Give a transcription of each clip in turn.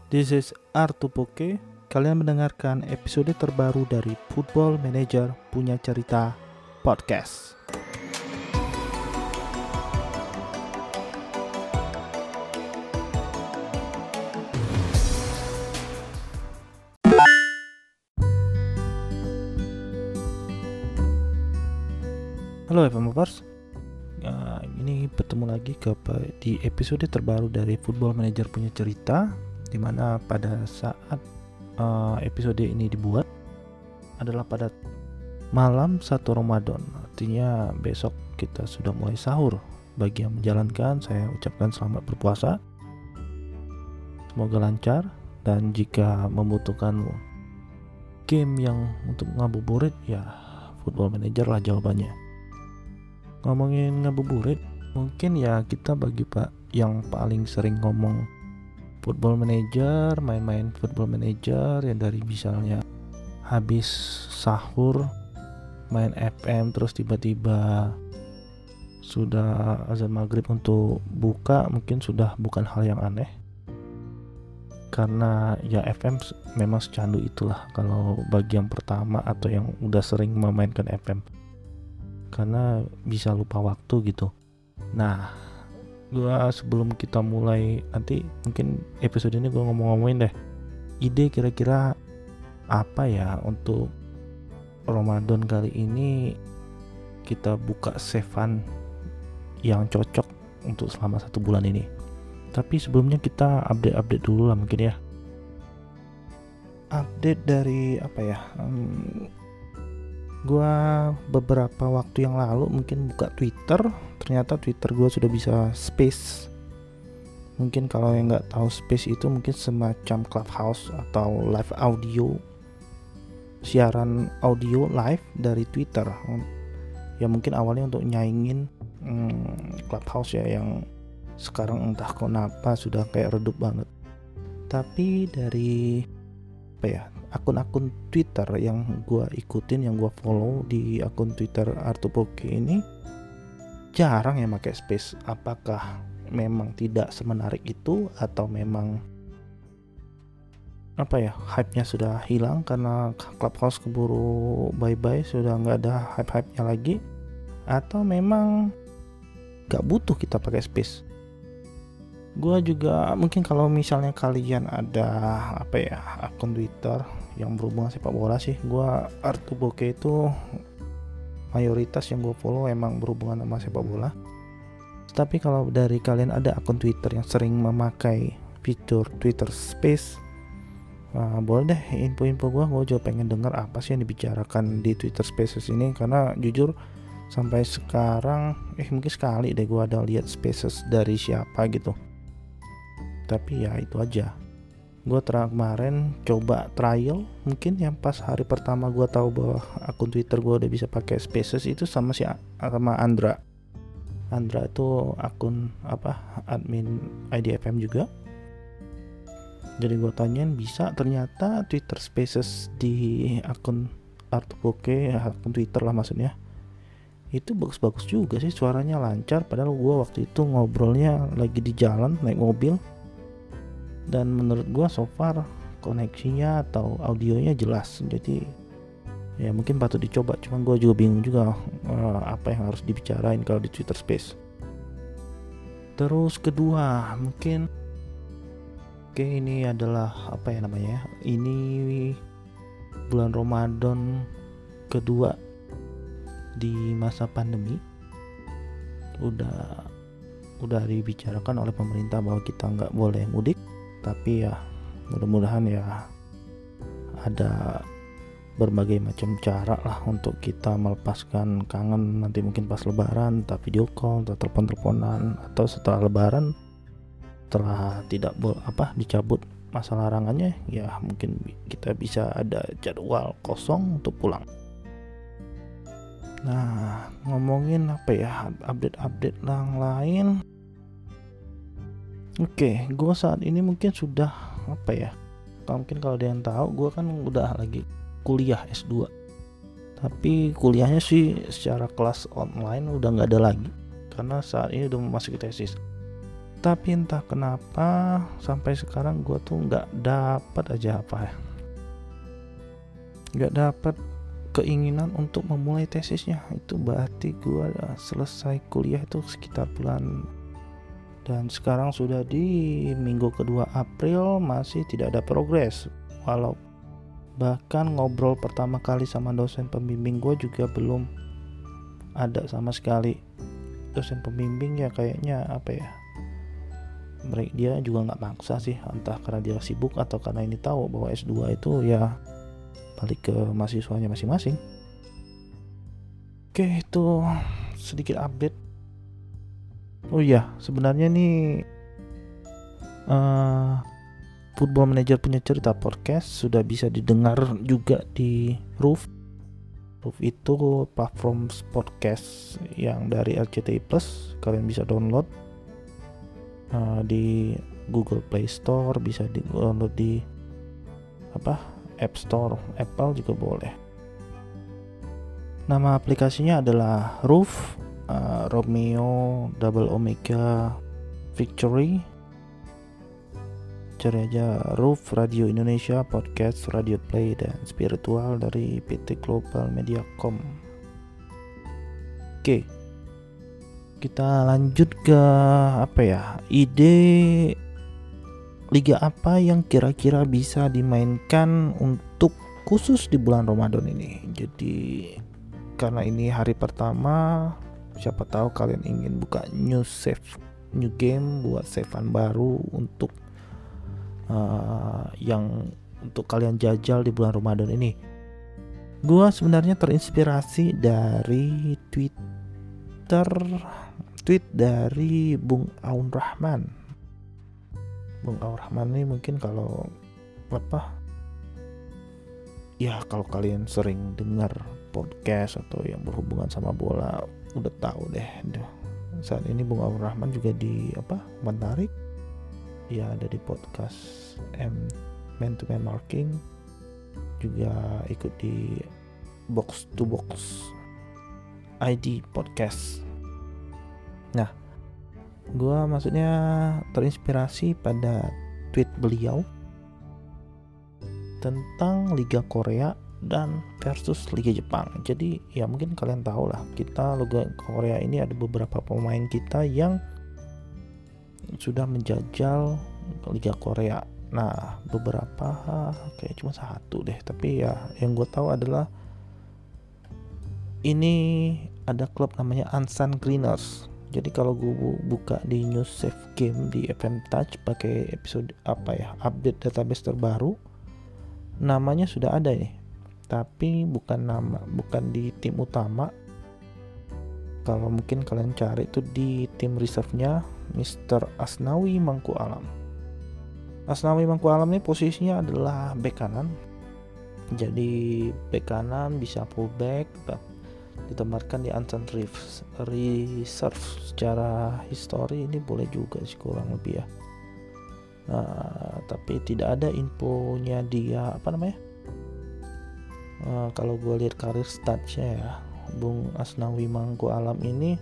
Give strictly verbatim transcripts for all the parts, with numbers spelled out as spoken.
This is Artupoke. Kalian mendengarkan episode terbaru dari Football Manager Punya Cerita Podcast. Halo F M Lovers. Uh, ini bertemu lagi ke di episode terbaru dari Football Manager Punya Cerita, dimana pada saat uh, episode ini dibuat adalah pada malam satu Ramadan. Artinya besok kita sudah mulai sahur. Bagi yang menjalankan, saya ucapkan selamat berpuasa. Semoga lancar, dan jika membutuhkan game yang untuk ngabuburit, ya Football Manager lah jawabannya. Ngomongin ngabuburit, mungkin ya kita bagi pak yang paling sering ngomong Football Manager, main-main Football Manager yang dari misalnya habis sahur main F M, terus tiba-tiba sudah azan maghrib untuk buka, mungkin sudah bukan hal yang aneh, karena ya F M memang secandu itulah kalau bagi yang pertama atau yang udah sering memainkan F M, karena bisa lupa waktu gitu. Nah, gua sebelum kita mulai nanti mungkin episode ini gua ngomong-ngomongin deh ide kira-kira apa ya untuk Ramadan kali ini kita buka save-an yang cocok untuk selama satu bulan ini. Tapi sebelumnya kita update-update dulu lah mungkin ya. Update dari apa ya? Hmm, gua beberapa waktu yang lalu mungkin buka Twitter, ternyata Twitter gua sudah bisa space. Mungkin kalau yang nggak tahu space itu mungkin semacam Clubhouse atau live audio, siaran audio live dari Twitter. Ya mungkin awalnya untuk nyaingin hmm, Clubhouse ya, yang sekarang entah kenapa sudah kayak redup banget. Tapi dari apa ya, akun-akun Twitter yang gue ikutin, yang gue follow di akun Twitter Artupoke ini jarang yang pakai space. Apakah memang tidak semenarik itu, atau memang apa ya, hype-nya sudah hilang karena Clubhouse keburu bye-bye, sudah nggak ada hype-hype-nya lagi, atau memang nggak butuh kita pakai space. Gue juga mungkin kalau misalnya kalian ada apa ya, akun Twitter yang berhubungan sepak bola sih, gue Artupoke itu mayoritas yang gue follow emang berhubungan sama sepak bola. Tapi kalau dari kalian ada akun Twitter yang sering memakai fitur Twitter Space, nah, boleh deh info-info gue. Gue juga pengen dengar apa sih yang dibicarakan di Twitter Spaces ini, karena jujur sampai sekarang eh mungkin sekali deh gue ada lihat Spaces dari siapa gitu. Tapi ya itu aja. Gue terakhir kemarin coba trial, mungkin yang pas hari pertama gue tahu bahwa akun Twitter gue udah bisa pakai Spaces itu sama si sama Andra. Andra itu akun apa, admin I D F M juga. Jadi gue tanyain bisa, ternyata Twitter Spaces di akun Artupoke, akun Twitter lah maksudnya, itu bagus-bagus juga sih, suaranya lancar. Padahal gue waktu itu ngobrolnya lagi di jalan naik mobil, dan menurut gue so far koneksinya atau audionya jelas. Jadi ya mungkin patut dicoba. Cuman gue juga bingung juga uh, apa yang harus dibicarain kalau di Twitter Space. Terus kedua mungkin, oke ini adalah apa ya namanya, ini bulan Ramadan kedua di masa pandemi. Udah udah dibicarakan oleh pemerintah bahwa kita nggak boleh mudik. Tapi ya mudah-mudahan ya ada berbagai macam cara lah untuk kita melepaskan kangen nanti, mungkin pas lebaran, entah video call atau telepon-teleponan, atau setelah lebaran setelah tidak boleh apa dicabut masa larangannya, ya mungkin kita bisa ada jadwal kosong untuk pulang. Nah, ngomongin apa ya, update-update yang lain. Oke, okay, gue saat ini mungkin sudah apa ya, mungkin kalau ada yang tahu, gue kan udah lagi kuliah S dua. Tapi kuliahnya sih secara kelas online udah nggak ada lagi, karena saat ini udah memasuki tesis. Tapi entah kenapa sampai sekarang gue tuh nggak dapat aja apa ya, nggak dapat keinginan untuk memulai tesisnya. Itu berarti gue selesai kuliah itu sekitar bulan, dan sekarang sudah di minggu kedua April masih tidak ada progres. Walau bahkan ngobrol pertama kali sama dosen pembimbing gue juga belum ada sama sekali. Dosen pembimbing ya kayaknya apa ya, mereka dia juga nggak maksa sih, entah karena dia sibuk atau karena ini tahu bahwa S dua itu ya balik ke mahasiswanya masing-masing. Oke, itu sedikit update. Oh iya, sebenarnya nih uh, Football Manager punya cerita podcast sudah bisa didengar juga di Roof. Roof itu platform podcast yang dari R C T I Plus, kalian bisa download uh, di Google Play Store, bisa di download di apa App Store, Apple juga boleh. Nama aplikasinya adalah Roof, uh, Romeo Double Omega Victory. Cari aja Roof Radio Indonesia Podcast, Radio Play dan Spiritual dari P T Global Mediacom. Oke, kita lanjut ke apa ya, ide liga apa yang kira-kira bisa dimainkan untuk khusus di bulan Ramadan ini. Jadi karena ini hari pertama, siapa tahu kalian ingin buka new save, new game buat savean baru untuk uh, yang untuk kalian jajal di bulan Ramadan ini. Gua sebenarnya terinspirasi dari Twitter tweet dari Bung Aun Rahman. Bung Aun Rahman ini mungkin kalau apa ya, kalau kalian sering dengar podcast atau yang berhubungan sama bola udah tahu deh. Saat ini Bung Aun Rahman juga di apa menarik ya, ada di podcast M Man to Man Marking, juga ikut di Box to Box I D podcast. Nah, gua maksudnya terinspirasi pada tweet beliau tentang Liga Korea dan versus Liga Jepang. Jadi ya mungkin kalian tahu lah, kita Liga Korea ini ada beberapa pemain kita yang sudah menjajal Liga Korea. Nah, beberapa kayak cuma satu deh, tapi ya yang gue tahu adalah ini ada klub namanya Ansan Greeners. Jadi kalau gue buka di news save game di F M Touch pakai episode apa ya, update database terbaru, namanya sudah ada nih, tapi bukan nama, bukan di tim utama. Kalau mungkin kalian cari itu di tim reserve-nya Mister Asnawi Mangku Alam. Asnawi Mangku Alam ini posisinya adalah bek kanan. Jadi bek kanan bisa full back, ditempatkan di Ansan Reserve. Secara histori ini boleh juga sih kurang lebih ya. Nah, tapi tidak ada infonya dia apa namanya. Nah, kalau gue lihat karir statsnya ya, Bung Asnawi Mangku Alam ini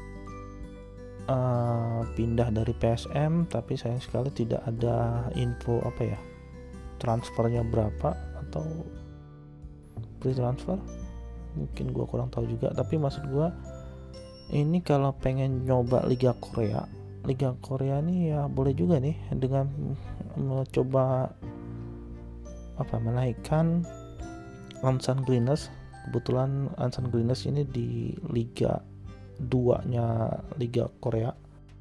uh, pindah dari P S M, tapi sayang sekali tidak ada info apa ya, transfernya berapa atau free transfer, mungkin gue kurang tahu juga. Tapi maksud gue ini kalau pengen nyoba Liga Korea, Liga Korea ini ya boleh juga nih dengan mencoba apa menaikkan Ansan Greeners. Kebetulan Ansan Greeners ini di Liga dua nya Liga Korea.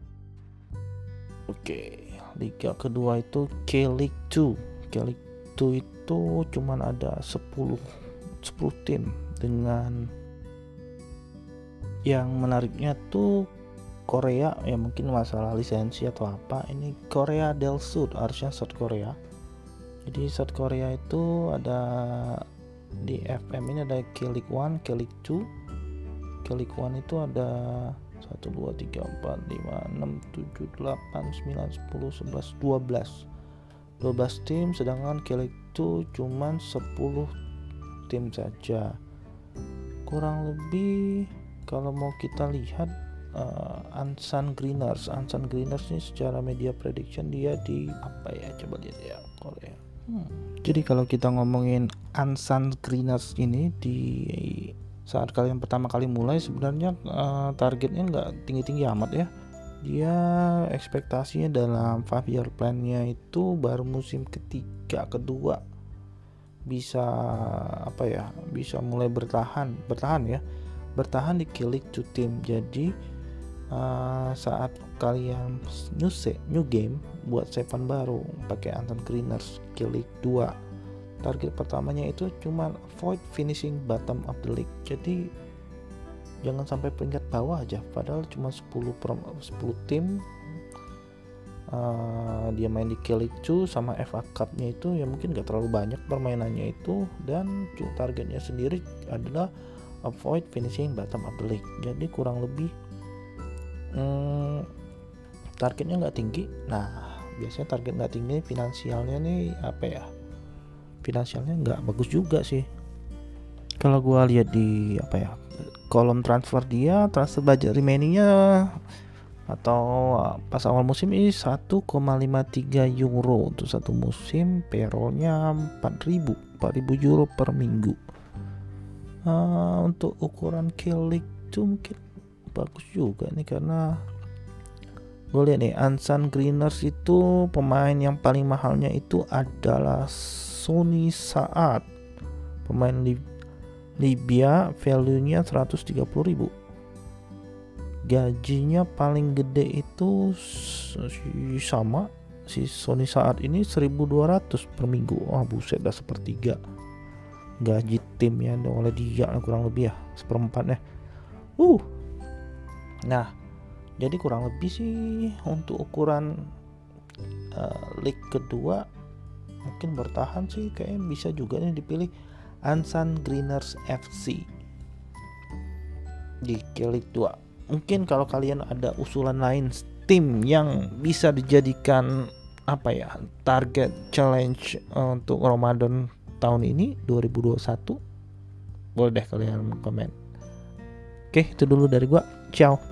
Oke, Liga kedua itu K-League dua. K-League dua itu cuman ada sepuluh tim. Dengan yang menariknya tuh Korea, ya mungkin masalah lisensi atau apa, ini Korea del Sud, harusnya South Korea. Jadi South Korea itu ada di F M ini ada K-League satu, K-League dua. K-League satu itu ada satu, dua, tiga, empat, lima, enam, tujuh, delapan, sembilan, sepuluh, sebelas, dua belas dua belas tim, sedangkan K-League dua cuman sepuluh tim saja. Kurang lebih kalau mau kita lihat uh, Ansan Greeners. Ansan Greeners ini secara media prediction dia di apa ya, coba lihat ya Korea. Hmm. Jadi kalau kita ngomongin Ansan Greeners ini di saat kalian pertama kali mulai sebenarnya uh, targetnya nggak tinggi-tinggi amat ya. Dia ekspektasinya dalam five year plan-nya itu baru musim ketiga kedua bisa apa ya, bisa mulai bertahan bertahan ya bertahan di K-League two team. Jadi uh, saat kalian new set, new game buat seven baru pakai Ansan Greeners K-League two, target pertamanya itu cuma avoid finishing bottom of the league. Jadi jangan sampai peringkat bawah aja, padahal cuma sepuluh tim uh, dia main di K-League two sama F A Cup-nya itu ya mungkin gak terlalu banyak permainannya itu, dan targetnya sendiri adalah avoid finishing bottom of the league. Jadi kurang lebih hmm, targetnya gak tinggi. Nah biasanya target gak tinggi, finansialnya nih apa ya, finansialnya gak bagus juga sih. Kalau gua lihat di apa ya, kolom transfer dia, transfer budget remaining-nya atau pas awal musim ini satu koma lima tiga euro untuk satu musim, payroll-nya empat ribu euro per minggu. Uh, untuk ukuran K-League itu mungkin bagus juga nih, karena gue lihat nih Ansan Greeners itu pemain yang paling mahalnya itu adalah Sony Saad, pemain Lib- Libya, value-nya seratus tiga puluh ribu. Gajinya paling gede itu sama si Sony Saad ini seribu dua ratus per minggu. Wah, oh, buset, dah sepertiga gaji timnya oleh dia, kurang lebih ya seperempatnya. Uh. Nah, jadi kurang lebih sih untuk ukuran uh, league kedua mungkin bertahan sih, kayaknya bisa juga nih dipilih Ansan Greeners F C di K-League two. Mungkin kalau kalian ada usulan lain tim yang bisa dijadikan apa ya, target challenge untuk Ramadan tahun ini dua ribu dua puluh satu, boleh deh kalian komen. Oke, itu dulu dari gua. Ciao.